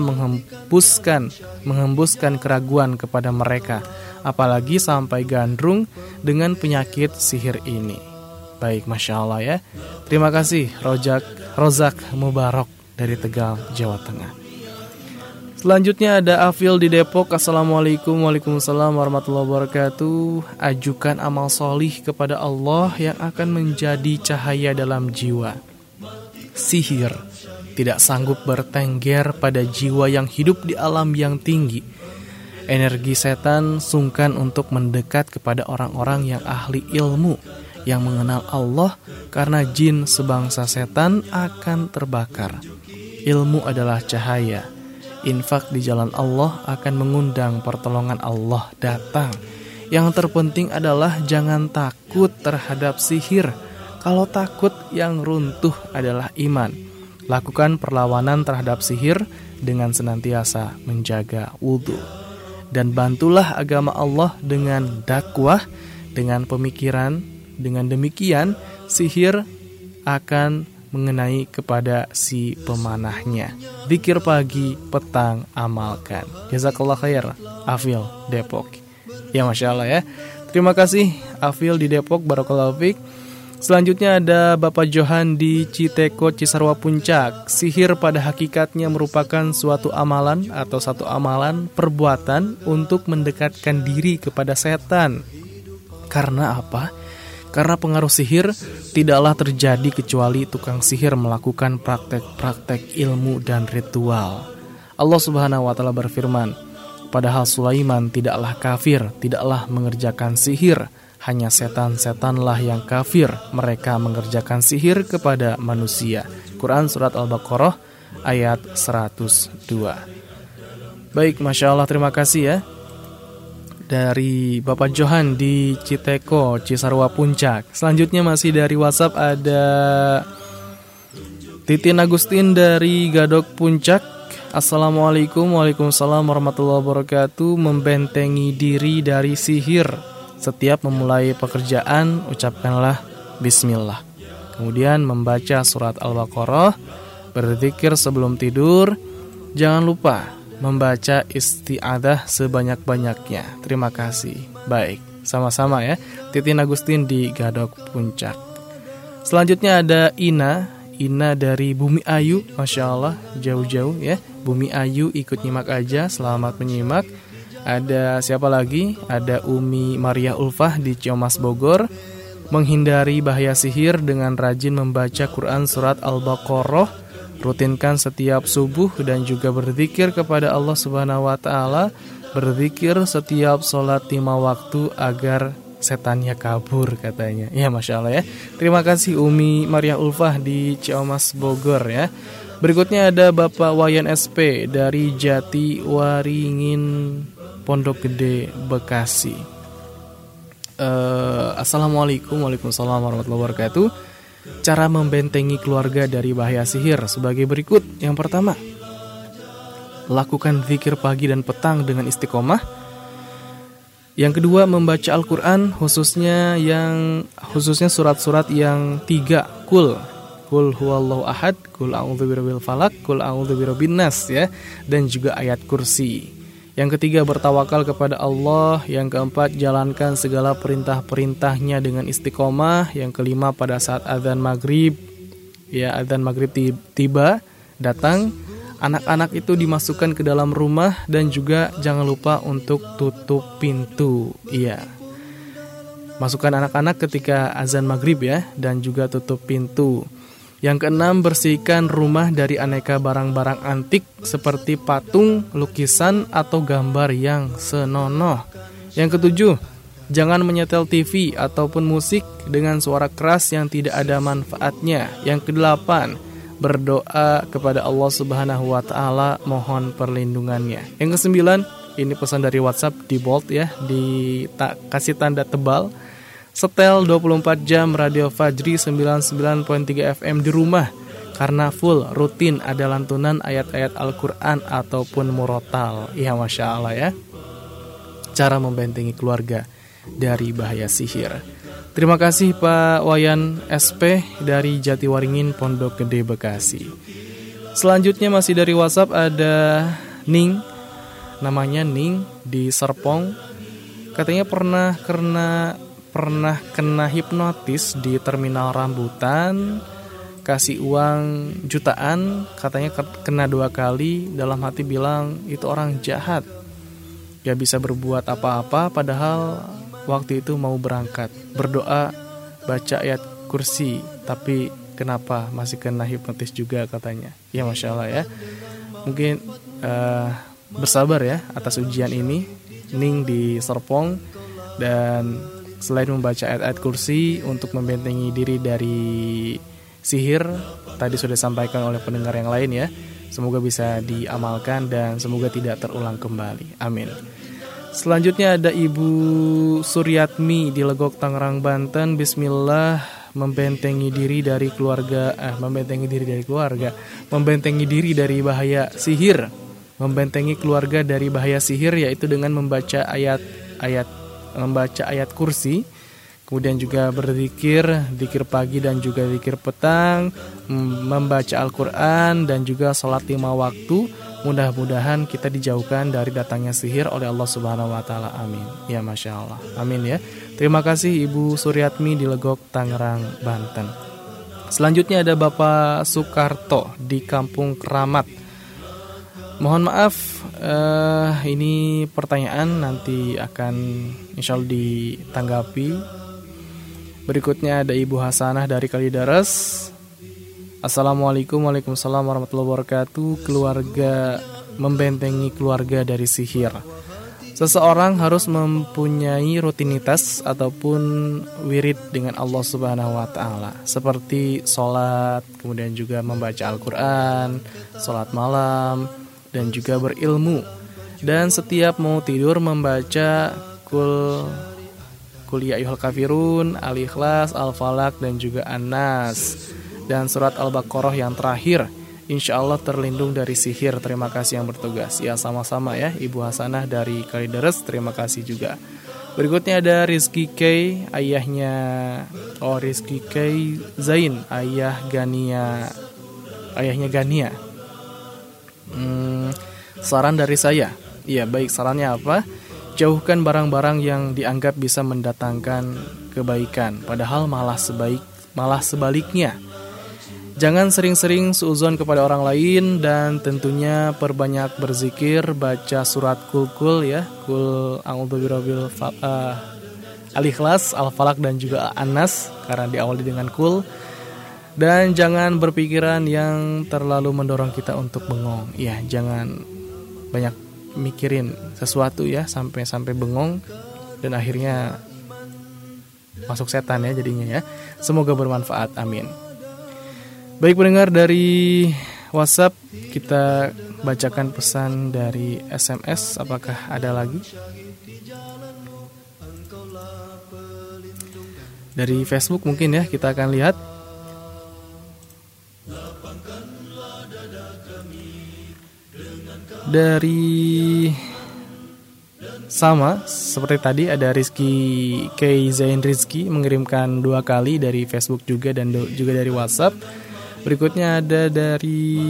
menghembuskan keraguan kepada mereka, apalagi sampai gandrung dengan penyakit sihir ini. Baik, Masya Allah ya. Terima kasih Rozak Mubarak dari Tegal, Jawa Tengah. Selanjutnya ada Afil di Depok. Assalamualaikum. Waalaikumsalam warahmatullahi wabarakatuh. Ajukan amal solih kepada Allah yang akan menjadi cahaya dalam jiwa. Sihir tidak sanggup bertengger pada jiwa yang hidup di alam yang tinggi. Energi setan sungkan untuk mendekat kepada orang-orang yang ahli ilmu, yang mengenal Allah, karena jin sebangsa setan akan terbakar. Ilmu adalah cahaya. Infak di jalan Allah akan mengundang pertolongan Allah datang. Yang terpenting adalah jangan takut terhadap sihir. Kalau takut, yang runtuh adalah iman. Lakukan perlawanan terhadap sihir dengan senantiasa menjaga wudhu. Dan bantulah agama Allah dengan dakwah, dengan pemikiran. Dengan demikian, sihir akan mengenai kepada si pemanahnya. Zikir pagi, petang, amalkan. Jazakallah khair, Afil Depok. Ya, Masya Allah ya. Terima kasih Afil di Depok, barakallahu fiik. Selanjutnya ada Bapak Johan di Citeko, Cisarua Puncak. Sihir pada hakikatnya merupakan suatu amalan atau satu amalan perbuatan untuk mendekatkan diri kepada setan. Karena apa? Karena pengaruh sihir tidaklah terjadi kecuali tukang sihir melakukan praktek-praktek ilmu dan ritual. Allah Subhanahu wa taala berfirman, padahal Sulaiman tidaklah kafir, tidaklah mengerjakan sihir, hanya setan-setanlah yang kafir, mereka mengerjakan sihir kepada manusia. Quran Surat Al-Baqarah ayat 102. Baik, Masya Allah, terima kasih ya. Dari Bapak Johan di Citeko, Cisarua Puncak. Selanjutnya masih dari WhatsApp ada Titin Agustin dari Gadok Puncak. Assalamualaikum. Waalaikumsalam warahmatullahi wabarakatuh. Membentengi diri dari sihir. Setiap memulai pekerjaan, ucapkanlah Bismillah. Kemudian membaca surat Al-Baqarah, berzikir sebelum tidur. Jangan lupa membaca isti'adzah sebanyak-banyaknya. Terima kasih. Baik, sama-sama ya. Titin Agustin di Gadok Puncak. Selanjutnya ada Ina dari Bumi Ayu. Masya Allah, jauh-jauh ya. Bumi Ayu ikut nyimak aja. Selamat menyimak. Ada siapa lagi? Ada Umi Maria Ulfah di Ciamas Bogor. Menghindari bahaya sihir dengan rajin membaca Quran Surat Al-Baqarah. Rutinkan setiap subuh dan juga berzikir kepada Allah Subhanahu wa taala, berzikir setiap sholat 5 waktu agar setannya kabur katanya. Ya, Masya Allah ya. Terima kasih Umi Maria Ulfah di Ciamas Bogor ya. Berikutnya ada Bapak Wayan SP dari Jati Waringin, Pondok Gede, Bekasi. Assalamualaikum. Waalaikumsalam warahmatullahi wabarakatuh. Cara membentengi keluarga dari bahaya sihir sebagai berikut. Yang pertama, lakukan zikir pagi dan petang dengan istiqomah. Yang kedua, membaca Al-Quran, khususnya surat-surat yang 3, Qul huwallahu ahad, Qul a'udzu birabbil falaq, Qul a'udzu birabbin nas ya, dan juga ayat kursi. Yang ketiga, bertawakal kepada Allah. Yang keempat, jalankan segala perintah-perintahnya dengan istiqomah. Yang kelima, pada saat azan maghrib tiba, datang, anak-anak itu dimasukkan ke dalam rumah dan juga jangan lupa untuk tutup pintu. Iya. Masukkan anak-anak ketika azan maghrib ya, dan juga tutup pintu. Yang keenam, bersihkan rumah dari aneka barang-barang antik seperti patung, lukisan, atau gambar yang senonoh. Yang ketujuh, jangan menyetel TV ataupun musik dengan suara keras yang tidak ada manfaatnya. Yang kedelapan, berdoa kepada Allah Subhanahu wa Ta'ala, mohon perlindungannya. Yang kesembilan, ini pesan dari WhatsApp, di bold ya, kasih tanda tebal. Setel 24 jam Radio Fajri 99.3 FM di rumah, karena full rutin ada lantunan ayat-ayat Al-Quran ataupun murotal. Ya Masya Allah ya. Cara membentengi keluarga dari bahaya sihir. Terima kasih Pak Wayan SP dari Jatiwaringin, Pondok Gede, Bekasi. Selanjutnya masih dari WhatsApp ada Ning, namanya Ning di Serpong. Katanya pernah kena hipnotis di terminal rambutan, kasih uang jutaan, katanya kena 2 kali, dalam hati bilang itu orang jahat, gak bisa berbuat apa-apa, padahal waktu itu mau berangkat, berdoa, baca ayat kursi, tapi kenapa masih kena hipnotis juga katanya. Ya Masya Allah ya. Mungkin bersabar ya atas ujian ini, Ning di Serpong. Dan selain membaca ayat-ayat kursi untuk membentengi diri dari sihir, tadi sudah disampaikan oleh pendengar yang lain ya. Semoga bisa diamalkan dan semoga tidak terulang kembali. Amin. Selanjutnya ada Ibu Suryatmi di Legok, Tangerang, Banten. Bismillah, membentengi diri dari keluarga, membentengi diri dari bahaya sihir. Membentengi keluarga dari bahaya sihir yaitu dengan membaca ayat kursi, kemudian juga berzikir, zikir pagi dan juga zikir petang, membaca Al-Quran dan juga sholat 5 waktu. Mudah-mudahan kita dijauhkan dari datangnya sihir oleh Allah Subhanahu wa Ta'ala. Amin. Ya Masya Allah. Amin ya. Terima kasih Ibu Suryatmi di Legok, Tangerang, Banten. Selanjutnya ada Bapak Sukarto di Kampung Keramat. Mohon maaf, ini pertanyaan nanti akan insya Allah ditanggapi. Berikutnya ada Ibu Hasanah dari Kalideres. Assalamualaikum, waalaikumsalam warahmatullahi wabarakatuh. Keluarga, membentengi keluarga dari sihir. Seseorang harus mempunyai rutinitas ataupun wirid dengan Allah Subhanahu wa Ta'ala, seperti sholat, kemudian juga membaca Al-Quran, sholat malam, dan juga berilmu. Dan setiap mau tidur membaca Qul ya ayyuhal kafirun, Al-Ikhlas, Al-Falaq, dan juga An-Nas, dan surat Al-Baqarah yang terakhir. Insya Allah terlindung dari sihir. Terima kasih yang bertugas. Ya sama-sama ya Ibu Hasanah dari Kalideres. Terima kasih juga. Berikutnya ada Rizky K, Rizky K Zain, ayahnya Gania. Saran dari saya. Iya baik, sarannya apa? Jauhkan barang-barang yang dianggap bisa mendatangkan kebaikan, padahal malah sebaliknya. Jangan sering-sering suudzon kepada orang lain, dan tentunya perbanyak berzikir, baca surat Qul ya, Qul a'udzu birabbil Al-Ikhlas, Al-Falaq, dan juga An-Nas karena diawali dengan Qul. Dan jangan berpikiran yang terlalu mendorong kita untuk bengong. Ya, jangan banyak mikirin sesuatu ya sampai bengong dan akhirnya masuk setan ya jadinya ya. Semoga bermanfaat. Amin. Baik pendengar dari WhatsApp, kita bacakan pesan dari SMS. Apakah ada lagi? Dari Facebook mungkin ya, kita akan lihat. Dari sama seperti tadi ada Rizky K Zain Rizky mengirimkan 2 kali dari Facebook juga dan juga dari WhatsApp. Berikutnya ada dari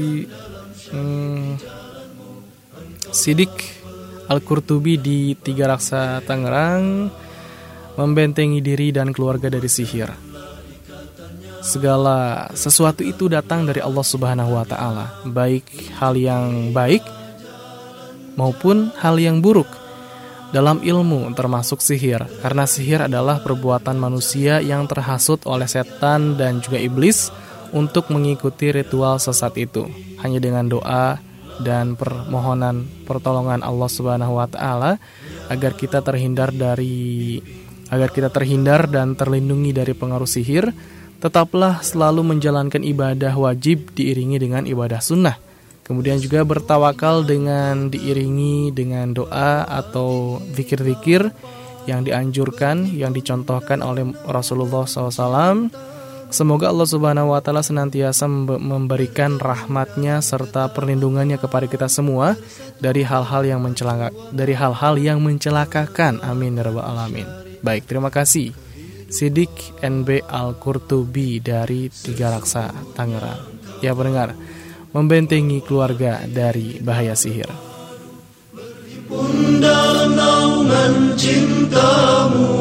Sidik Al-Qurtubi di Tiga Raksa, Tangerang. Membentengi diri dan keluarga dari sihir. Segala sesuatu itu datang dari Allah Subhanahu wa Ta'ala, baik hal yang baik maupun hal yang buruk. dalam ilmu termasuk sihir, karena sihir adalah perbuatan manusia yang terhasut oleh setan dan juga iblis untuk mengikuti ritual sesat itu. Hanya dengan doa dan permohonan pertolongan Allah Subhanahu wa taala agar kita terhindar dan terlindungi dari pengaruh sihir, tetaplah selalu menjalankan ibadah wajib diiringi dengan ibadah sunnah. Kemudian juga bertawakal dengan diiringi dengan doa atau zikir-zikir yang dianjurkan, yang dicontohkan oleh Rasulullah SAW. Semoga Allah Subhanahu wa taala senantiasa memberikan rahmatnya serta perlindungannya kepada kita semua dari hal-hal yang mencelakakan. Amin ya rabbal alamin. Baik, terima kasih Sidik NB Al-Qurtubi dari Tiga Raksa, Tangerang. Ya pendengar, membentengi keluarga dari bahaya sihir. Berhimpun dalam naungan cintamu,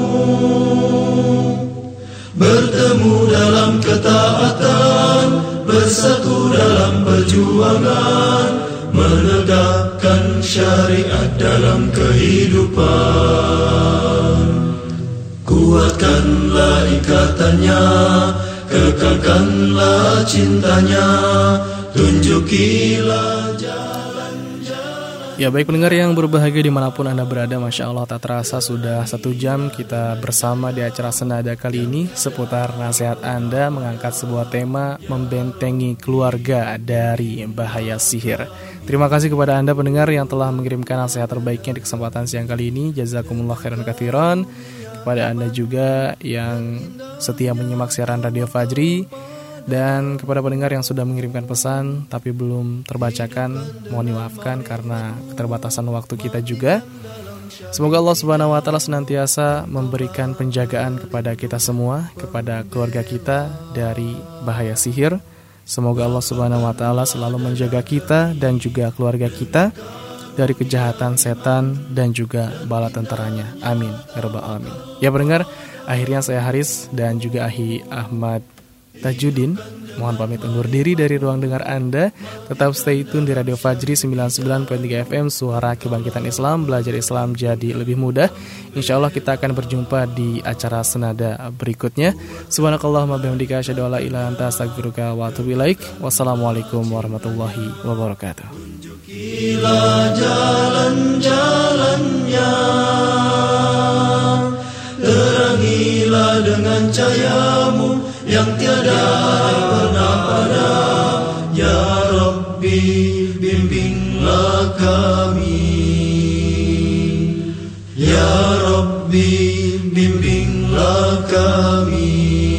bertemu dalam ketaatan, bersatu dalam perjuangan, menegakkan syariat dalam kehidupan. Kuatkanlah ikatannya, kekalkanlah cintanya, tunjukilah jalan-jalan. Ya baik pendengar yang berbahagia dimanapun Anda berada, Masya Allah tak terasa sudah 1 jam kita bersama di acara Senada kali ini seputar nasihat Anda mengangkat sebuah tema membentengi keluarga dari bahaya sihir. Terima kasih kepada Anda pendengar yang telah mengirimkan nasihat terbaiknya di kesempatan siang kali ini. Jazakumullah khairan katsiran. Kepada Anda juga yang setia menyimak siaran Radio Fajri, dan kepada pendengar yang sudah mengirimkan pesan tapi belum terbacakan, mohon dimaafkan karena keterbatasan waktu kita juga. Semoga Allah Subhanahu wa taala senantiasa memberikan penjagaan kepada kita semua, kepada keluarga kita dari bahaya sihir. Semoga Allah Subhanahu wa taala selalu menjaga kita dan juga keluarga kita dari kejahatan setan dan juga bala tentaranya. Amin ya rabbal alamin. Ya pendengar, akhirnya saya Haris dan juga Ahi Ahmad Tajuddin mohon pamit undur diri dari ruang dengar Anda. Tetap stay tune di Radio Fajri 99.3 FM, Suara Kebangkitan Islam, belajar Islam jadi lebih mudah. Insya Allah kita akan berjumpa di acara Senada berikutnya. Subhanakallahumma bihamdika asyhadu an la ilaha illa anta astaghfiruka wa atubu ilaik. Wassalamualaikum warahmatullahi wabarakatuh. Tunjukilah jalan-jalannya, terangilah dengan cahayamu yang tiada pernah pada. Ya Rabbi, bimbinglah kami. Ya Rabbi, bimbinglah kami.